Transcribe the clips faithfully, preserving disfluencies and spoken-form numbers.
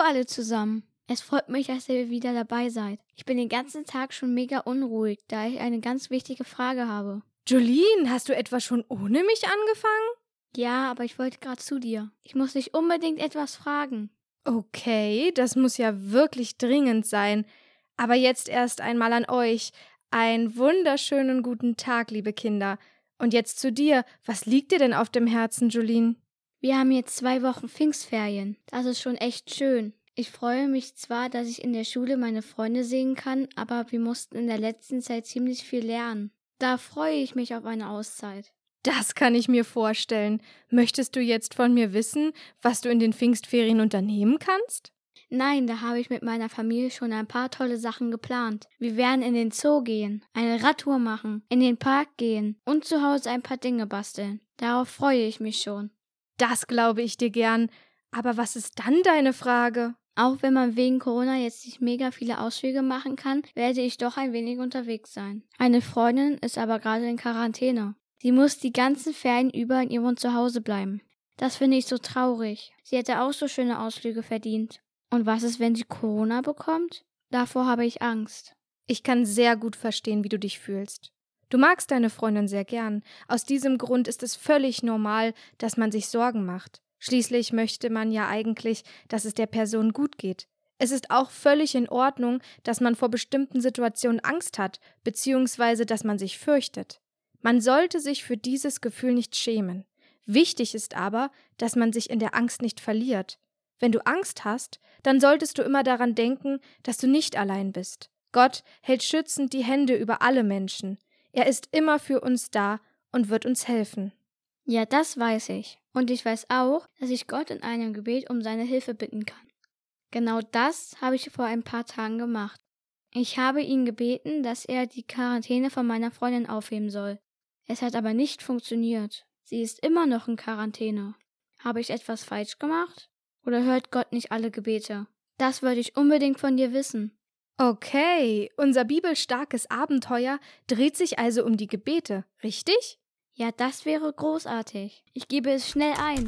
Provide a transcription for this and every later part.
alle zusammen. Es freut mich, dass ihr wieder dabei seid. Ich bin den ganzen Tag schon mega unruhig, da ich eine ganz wichtige Frage habe. Jolene, hast du etwa schon ohne mich angefangen? Ja, aber ich wollte gerade zu dir. Ich muss dich unbedingt etwas fragen. Okay, das muss ja wirklich dringend sein. Aber jetzt erst einmal an euch. Einen wunderschönen guten Tag, liebe Kinder. Und jetzt zu dir. Was liegt dir denn auf dem Herzen, Jolene? Wir haben jetzt zwei Wochen Pfingstferien. Das ist schon echt schön. Ich freue mich zwar, dass ich in der Schule meine Freunde sehen kann, aber wir mussten in der letzten Zeit ziemlich viel lernen. Da freue ich mich auf eine Auszeit. Das kann ich mir vorstellen. Möchtest du jetzt von mir wissen, was du in den Pfingstferien unternehmen kannst? Nein, da habe ich mit meiner Familie schon ein paar tolle Sachen geplant. Wir werden in den Zoo gehen, eine Radtour machen, in den Park gehen und zu Hause ein paar Dinge basteln. Darauf freue ich mich schon. Das glaube ich dir gern. Aber was ist dann deine Frage? Auch wenn man wegen Corona jetzt nicht mega viele Ausflüge machen kann, werde ich doch ein wenig unterwegs sein. Eine Freundin ist aber gerade in Quarantäne. Sie muss die ganzen Ferien über in ihrem Zuhause bleiben. Das finde ich so traurig. Sie hätte auch so schöne Ausflüge verdient. Und was ist, wenn sie Corona bekommt? Davor habe ich Angst. Ich kann sehr gut verstehen, wie du dich fühlst. Du magst deine Freundin sehr gern. Aus diesem Grund ist es völlig normal, dass man sich Sorgen macht. Schließlich möchte man ja eigentlich, dass es der Person gut geht. Es ist auch völlig in Ordnung, dass man vor bestimmten Situationen Angst hat, beziehungsweise dass man sich fürchtet. Man sollte sich für dieses Gefühl nicht schämen. Wichtig ist aber, dass man sich in der Angst nicht verliert. Wenn du Angst hast, dann solltest du immer daran denken, dass du nicht allein bist. Gott hält schützend die Hände über alle Menschen. Er ist immer für uns da und wird uns helfen. Ja, das weiß ich. Und ich weiß auch, dass ich Gott in einem Gebet um seine Hilfe bitten kann. Genau das habe ich vor ein paar Tagen gemacht. Ich habe ihn gebeten, dass er die Quarantäne von meiner Freundin aufheben soll. Es hat aber nicht funktioniert. Sie ist immer noch in Quarantäne. Habe ich etwas falsch gemacht? Oder hört Gott nicht alle Gebete? Das wollte ich unbedingt von dir wissen. Okay, unser bibelstarkes Abenteuer dreht sich also um die Gebete, richtig? Ja, das wäre großartig. Ich gebe es schnell ein.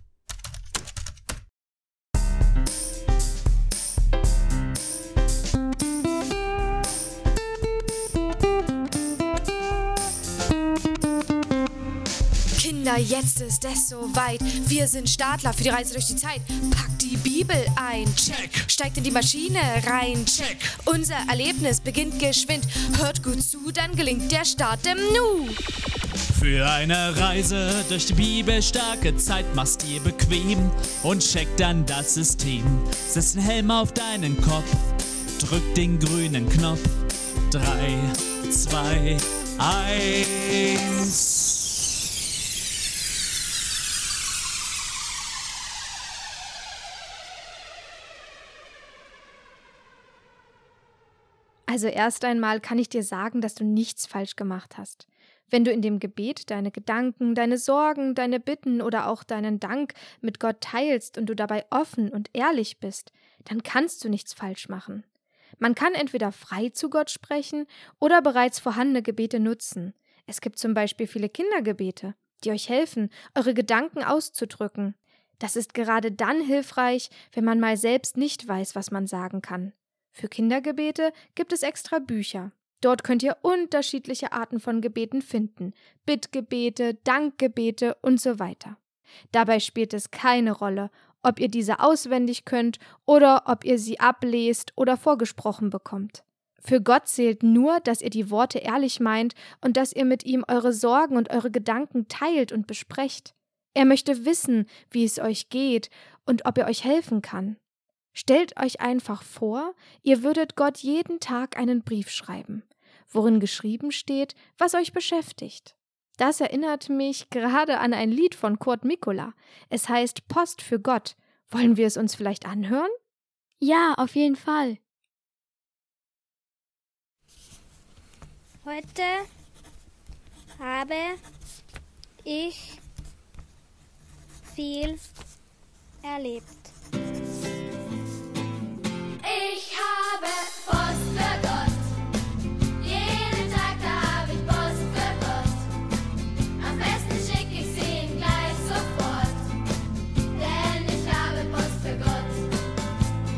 Kinder, jetzt ist es soweit. Wir sind Startler für die Reise durch die Zeit. Packt die Bibel ein. Check. Steigt in die Maschine rein. Check. Unser Erlebnis beginnt geschwind. Hört gut zu, dann gelingt der Start im Nu. Für eine Reise durch die bibelstarke Zeit mach's dir bequem und check dann das System. Setz den Helm auf deinen Kopf, drück den grünen Knopf. Drei, zwei, eins. Also erst einmal kann ich dir sagen, dass du nichts falsch gemacht hast. Wenn du in dem Gebet deine Gedanken, deine Sorgen, deine Bitten oder auch deinen Dank mit Gott teilst und du dabei offen und ehrlich bist, dann kannst du nichts falsch machen. Man kann entweder frei zu Gott sprechen oder bereits vorhandene Gebete nutzen. Es gibt zum Beispiel viele Kindergebete, die euch helfen, eure Gedanken auszudrücken. Das ist gerade dann hilfreich, wenn man mal selbst nicht weiß, was man sagen kann. Für Kindergebete gibt es extra Bücher. Dort könnt ihr unterschiedliche Arten von Gebeten finden. Bittgebete, Dankgebete und so weiter. Dabei spielt es keine Rolle, ob ihr diese auswendig könnt oder ob ihr sie ablest oder vorgesprochen bekommt. Für Gott zählt nur, dass ihr die Worte ehrlich meint und dass ihr mit ihm eure Sorgen und eure Gedanken teilt und besprecht. Er möchte wissen, wie es euch geht und ob er euch helfen kann. Stellt euch einfach vor, ihr würdet Gott jeden Tag einen Brief schreiben, worin geschrieben steht, was euch beschäftigt. Das erinnert mich gerade an ein Lied von Kurt Mikula. Es heißt Post für Gott. Wollen wir es uns vielleicht anhören? Ja, auf jeden Fall. Heute habe ich viel erlebt. Ich habe Post für Gott. Jeden Tag, da habe ich Post für Gott. Am besten schicke ich sie ihm gleich sofort. Denn ich habe Post für Gott.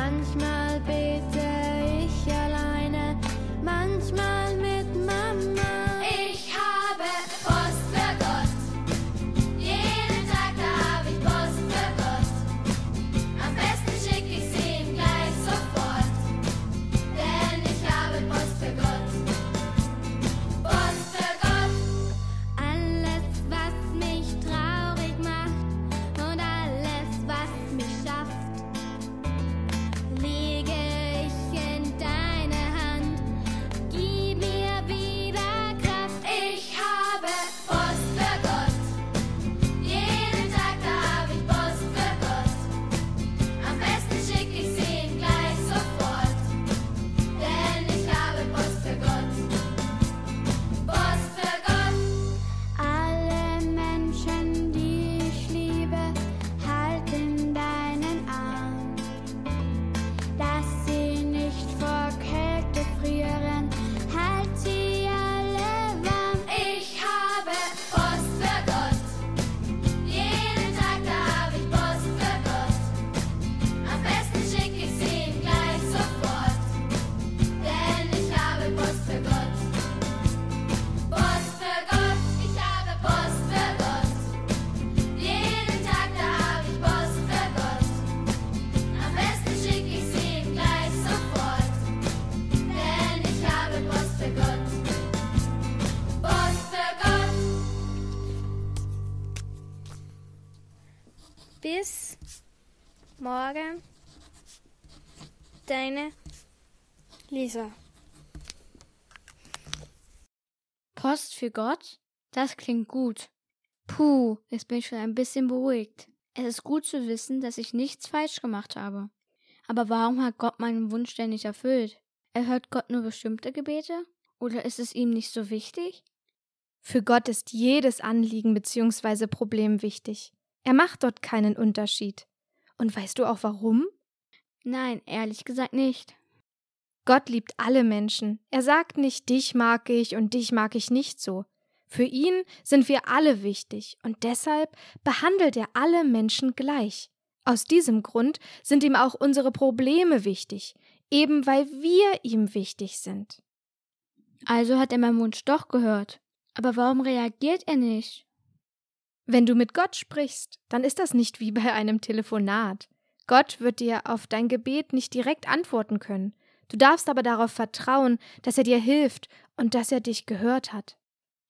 Manchmal bete ich alleine, manchmal mit Mama. Ich habe Post für Gott. Jeden Tag da habe ich Post für Gott. Am besten schicke ich sie ihm gleich sofort, denn ich habe Post für Gott. Post für Gott. Alles, was mich traurig macht und alles, was mich schafft, lege ich in deine Hand. Gib mir wieder Kraft. Ich habe Post für Gott. Jeden Tag da habe ich Post für Gott. Am besten schicke ich sie ihm gleich sofort, denn ich habe Post für Gott. Post für Gott. Alle Menschen, die ich liebe, halt in deinen Arm, dass sie nicht vor Kälte frieren, halt sie alle warm. Ich habe Post für Gott. Jeden Tag da habe ich Post für Gott. Am besten schicke ich sie ihm gleich sofort, denn ich habe Post für Gott. Post für Gott, ich habe Post für Gott. Jeden Tag da habe ich Post für Gott. Am besten schicke ich sie ihm gleich sofort, denn ich habe Post für Gott. Post für Gott. Bis morgen, deine Lisa. Post für Gott? Das klingt gut. Puh, jetzt bin ich schon ein bisschen beruhigt. Es ist gut zu wissen, dass ich nichts falsch gemacht habe. Aber warum hat Gott meinen Wunsch denn nicht erfüllt? Erhört Gott nur bestimmte Gebete? Oder ist es ihm nicht so wichtig? Für Gott ist jedes Anliegen bzw. Problem wichtig. Er macht dort keinen Unterschied. Und weißt du auch warum? Nein, ehrlich gesagt nicht. Gott liebt alle Menschen. Er sagt nicht, dich mag ich und dich mag ich nicht so. Für ihn sind wir alle wichtig und deshalb behandelt er alle Menschen gleich. Aus diesem Grund sind ihm auch unsere Probleme wichtig, eben weil wir ihm wichtig sind. Also hat er meinen Wunsch doch gehört. Aber warum reagiert er nicht? Wenn du mit Gott sprichst, dann ist das nicht wie bei einem Telefonat. Gott wird dir auf dein Gebet nicht direkt antworten können. Du darfst aber darauf vertrauen, dass er dir hilft und dass er dich gehört hat.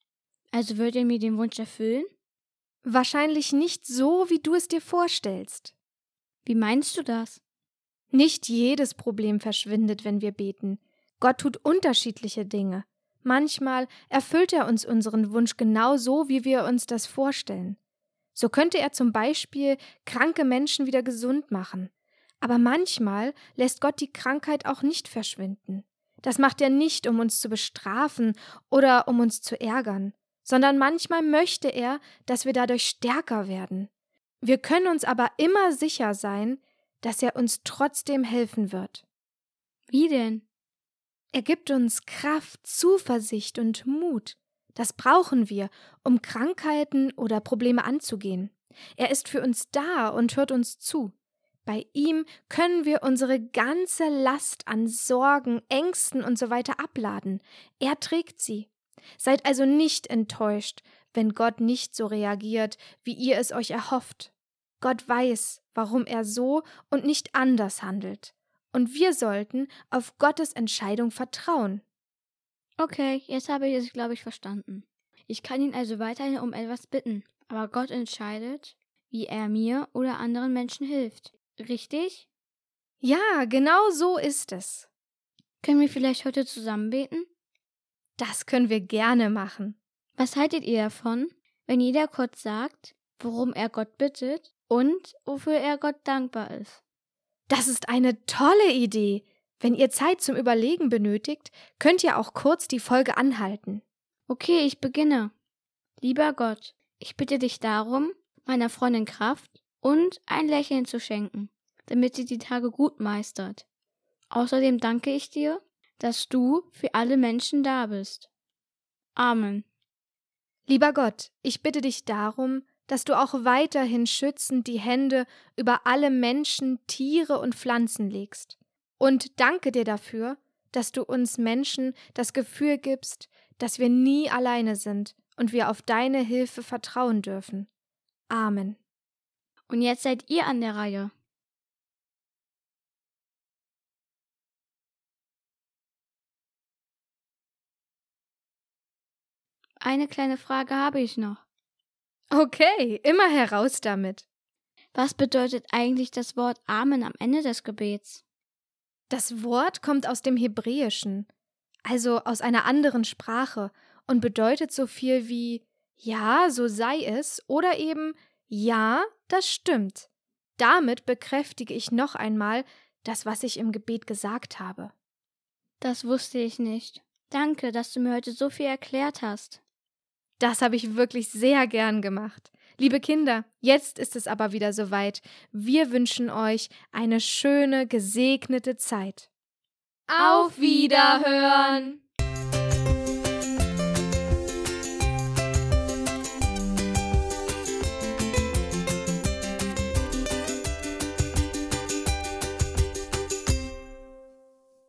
Also wird er mir den Wunsch erfüllen? Wahrscheinlich nicht so, wie du es dir vorstellst. Wie meinst du das? Nicht jedes Problem verschwindet, wenn wir beten. Gott tut unterschiedliche Dinge. Manchmal erfüllt er uns unseren Wunsch genau so, wie wir uns das vorstellen. So könnte er zum Beispiel kranke Menschen wieder gesund machen. Aber manchmal lässt Gott die Krankheit auch nicht verschwinden. Das macht er nicht, um uns zu bestrafen oder um uns zu ärgern, sondern manchmal möchte er, dass wir dadurch stärker werden. Wir können uns aber immer sicher sein, dass er uns trotzdem helfen wird. Wie denn? Er gibt uns Kraft, Zuversicht und Mut. Das brauchen wir, um Krankheiten oder Probleme anzugehen. Er ist für uns da und hört uns zu. Bei ihm können wir unsere ganze Last an Sorgen, Ängsten und so weiter abladen. Er trägt sie. Seid also nicht enttäuscht, wenn Gott nicht so reagiert, wie ihr es euch erhofft. Gott weiß, warum er so und nicht anders handelt. Und wir sollten auf Gottes Entscheidung vertrauen. Okay, jetzt habe ich es, glaube ich, verstanden. Ich kann ihn also weiterhin um etwas bitten, aber Gott entscheidet, wie er mir oder anderen Menschen hilft. Richtig? Ja, genau so ist es. Können wir vielleicht heute zusammen beten? Das können wir gerne machen. Was haltet ihr davon, wenn jeder kurz sagt, worum er Gott bittet und wofür er Gott dankbar ist? Das ist eine tolle Idee. Wenn ihr Zeit zum Überlegen benötigt, könnt ihr auch kurz die Folge anhalten. Okay, ich beginne. Lieber Gott, ich bitte dich darum, meiner Freundin Kraft und ein Lächeln zu schenken, damit sie die Tage gut meistert. Außerdem danke ich dir, dass du für alle Menschen da bist. Amen. Lieber Gott, ich bitte dich darum, dass du auch weiterhin schützend die Hände über alle Menschen, Tiere und Pflanzen legst. Und danke dir dafür, dass du uns Menschen das Gefühl gibst, dass wir nie alleine sind und wir auf deine Hilfe vertrauen dürfen. Amen. Und jetzt seid ihr an der Reihe. Eine kleine Frage habe ich noch. Okay, immer heraus damit. Was bedeutet eigentlich das Wort Amen am Ende des Gebets? Das Wort kommt aus dem Hebräischen, also aus einer anderen Sprache, und bedeutet so viel wie ja, so sei es oder eben ja, das stimmt. Damit bekräftige ich noch einmal das, was ich im Gebet gesagt habe. Das wusste ich nicht. Danke, dass du mir heute so viel erklärt hast. Das habe ich wirklich sehr gern gemacht. Liebe Kinder, jetzt ist es aber wieder soweit. Wir wünschen euch eine schöne, gesegnete Zeit. Auf Wiederhören!